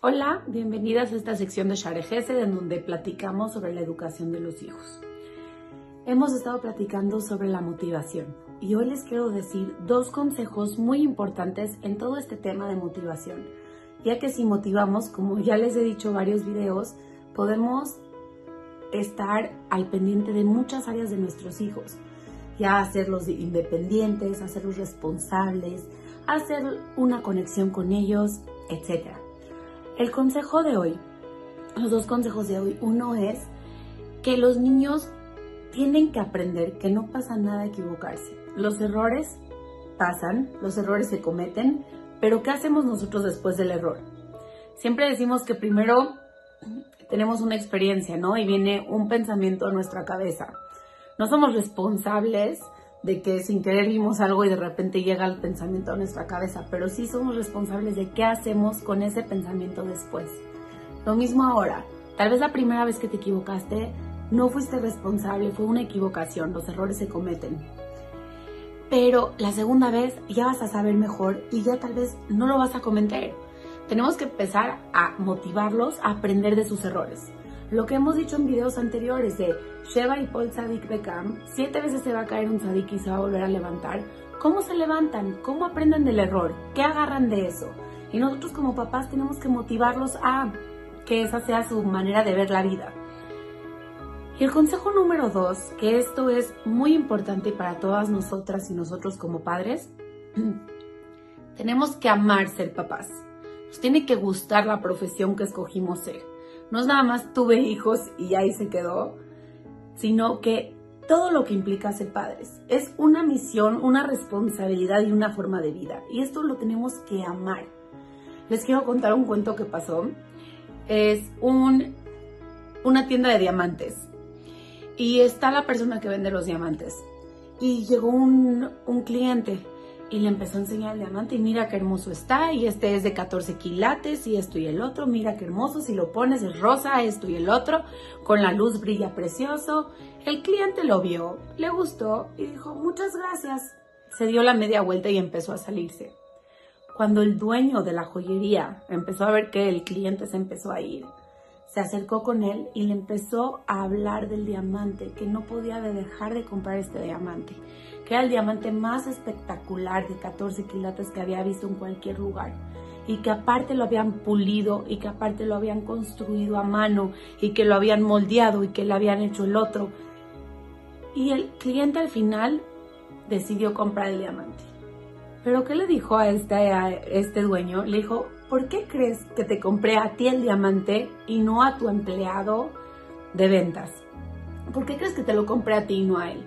Hola, bienvenidas a esta sección de Share Gesed en donde platicamos sobre la educación de los hijos. Hemos estado platicando sobre la motivación y hoy les quiero decir dos consejos muy importantes en todo este tema de motivación, ya que si motivamos, como ya les he dicho en varios videos, podemos estar al pendiente de muchas áreas de nuestros hijos, ya hacerlos independientes, hacerlos responsables, hacer una conexión con ellos, etc. El consejo de hoy, los dos consejos de hoy, uno es que los niños tienen que aprender que no pasa nada a equivocarse. Los errores pasan, los errores se cometen, pero ¿qué hacemos nosotros después del error? Siempre decimos que primero tenemos una experiencia, ¿no? Y viene un pensamiento a nuestra cabeza. No somos responsables de que sin querer vimos algo y de repente llega el pensamiento a nuestra cabeza, pero sí somos responsables de qué hacemos con ese pensamiento después. Lo mismo ahora, tal vez la primera vez que te equivocaste no fuiste responsable, fue una equivocación, los errores se cometen. Pero la segunda vez ya vas a saber mejor y ya tal vez no lo vas a cometer. Tenemos que empezar a motivarlos a aprender de sus errores. Lo que hemos dicho en videos anteriores de Sheva y Paul Tzadik Bekam, 7 veces se va a caer un tzadik y se va a volver a levantar. ¿Cómo se levantan? ¿Cómo aprenden del error? ¿Qué agarran de eso? Y nosotros como papás tenemos que motivarlos a que esa sea su manera de ver la vida. Y el consejo número 2, que esto es muy importante para todas nosotras y nosotros como padres, tenemos que amar ser papás. Nos tiene que gustar la profesión que escogimos ser. No es nada más tuve hijos y ahí se quedó, sino que todo lo que implica ser padres es una misión, una responsabilidad y una forma de vida. Y esto lo tenemos que amar. Les quiero contar un cuento que pasó. Es una tienda de diamantes y está la persona que vende los diamantes. Y llegó un cliente y le empezó a enseñar el diamante y mira qué hermoso está, y este es de 14 quilates y esto y el otro, mira qué hermoso, si lo pones es rosa, esto y el otro, con la luz brilla precioso. El cliente lo vio, le gustó y dijo muchas gracias. Se dio la media vuelta y empezó a salirse. Cuando el dueño de la joyería empezó a ver que el cliente se empezó a ir, se acercó con él y le empezó a hablar del diamante, que no podía dejar de comprar este diamante, que era el diamante más espectacular de 14 quilates que había visto en cualquier lugar, y que aparte lo habían pulido, y que aparte lo habían construido a mano, y que lo habían moldeado, y que le habían hecho el otro. Y el cliente al final decidió comprar el diamante. ¿Pero qué le dijo a este dueño? Le dijo, ¿por qué crees que te compré a ti el diamante y no a tu empleado de ventas? ¿Por qué crees que te lo compré a ti y no a él?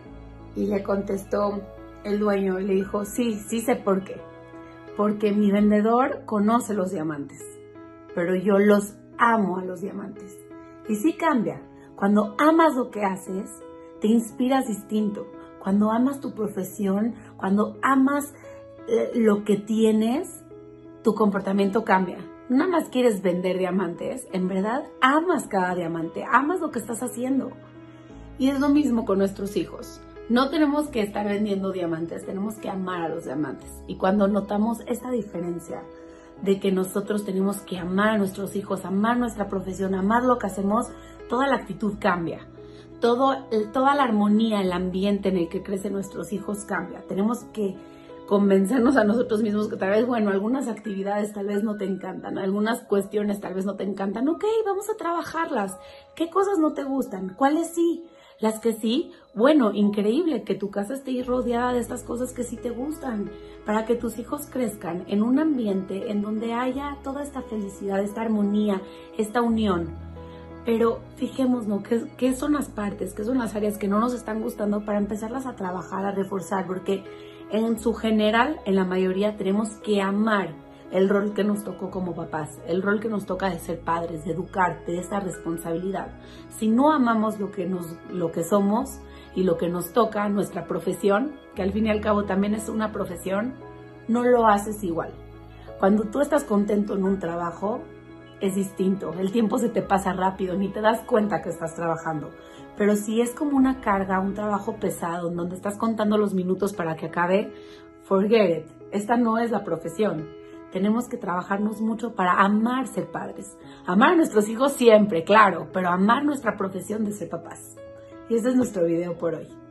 Y le contestó el dueño y le dijo, sí sé por qué. Porque mi vendedor conoce los diamantes, pero yo los amo a los diamantes. Y sí cambia. Cuando amas lo que haces, te inspiras distinto. Cuando amas tu profesión, cuando amas lo que tienes, tu comportamiento cambia. No nada más quieres vender diamantes, en verdad amas cada diamante, amas lo que estás haciendo. Y es lo mismo con nuestros hijos. No tenemos que estar vendiendo diamantes, tenemos que amar a los diamantes. Y cuando notamos esta diferencia de que nosotros tenemos que amar a nuestros hijos, amar nuestra profesión, amar lo que hacemos, toda la actitud cambia. Toda la armonía, el ambiente en el que crecen nuestros hijos cambia. Tenemos que convencernos a nosotros mismos que tal vez, algunas actividades tal vez no te encantan, algunas cuestiones tal vez no te encantan. Ok, vamos a trabajarlas. ¿Qué cosas no te gustan? ¿Cuáles sí? Las que sí, increíble que tu casa esté rodeada de estas cosas que sí te gustan, para que tus hijos crezcan en un ambiente en donde haya toda esta felicidad, esta armonía, esta unión. Pero fijémonos, ¿qué son las partes, qué son las áreas que no nos están gustando para empezarlas a trabajar, a reforzar? Porque en su general, en la mayoría, tenemos que amar el rol que nos tocó como papás, el rol que nos toca de ser padres, de educar, de esa responsabilidad. Si no amamos lo que somos y lo que nos toca, nuestra profesión, que al fin y al cabo también es una profesión, no lo haces igual. Cuando tú estás contento en un trabajo, es distinto, el tiempo se te pasa rápido, ni te das cuenta que estás trabajando. Pero si es como una carga, un trabajo pesado, en donde estás contando los minutos para que acabe, forget it, esta no es la profesión. tenemos que trabajarnos mucho para amar ser padres. Amar a nuestros hijos siempre, claro, pero amar nuestra profesión de ser papás. Y ese es nuestro video por hoy.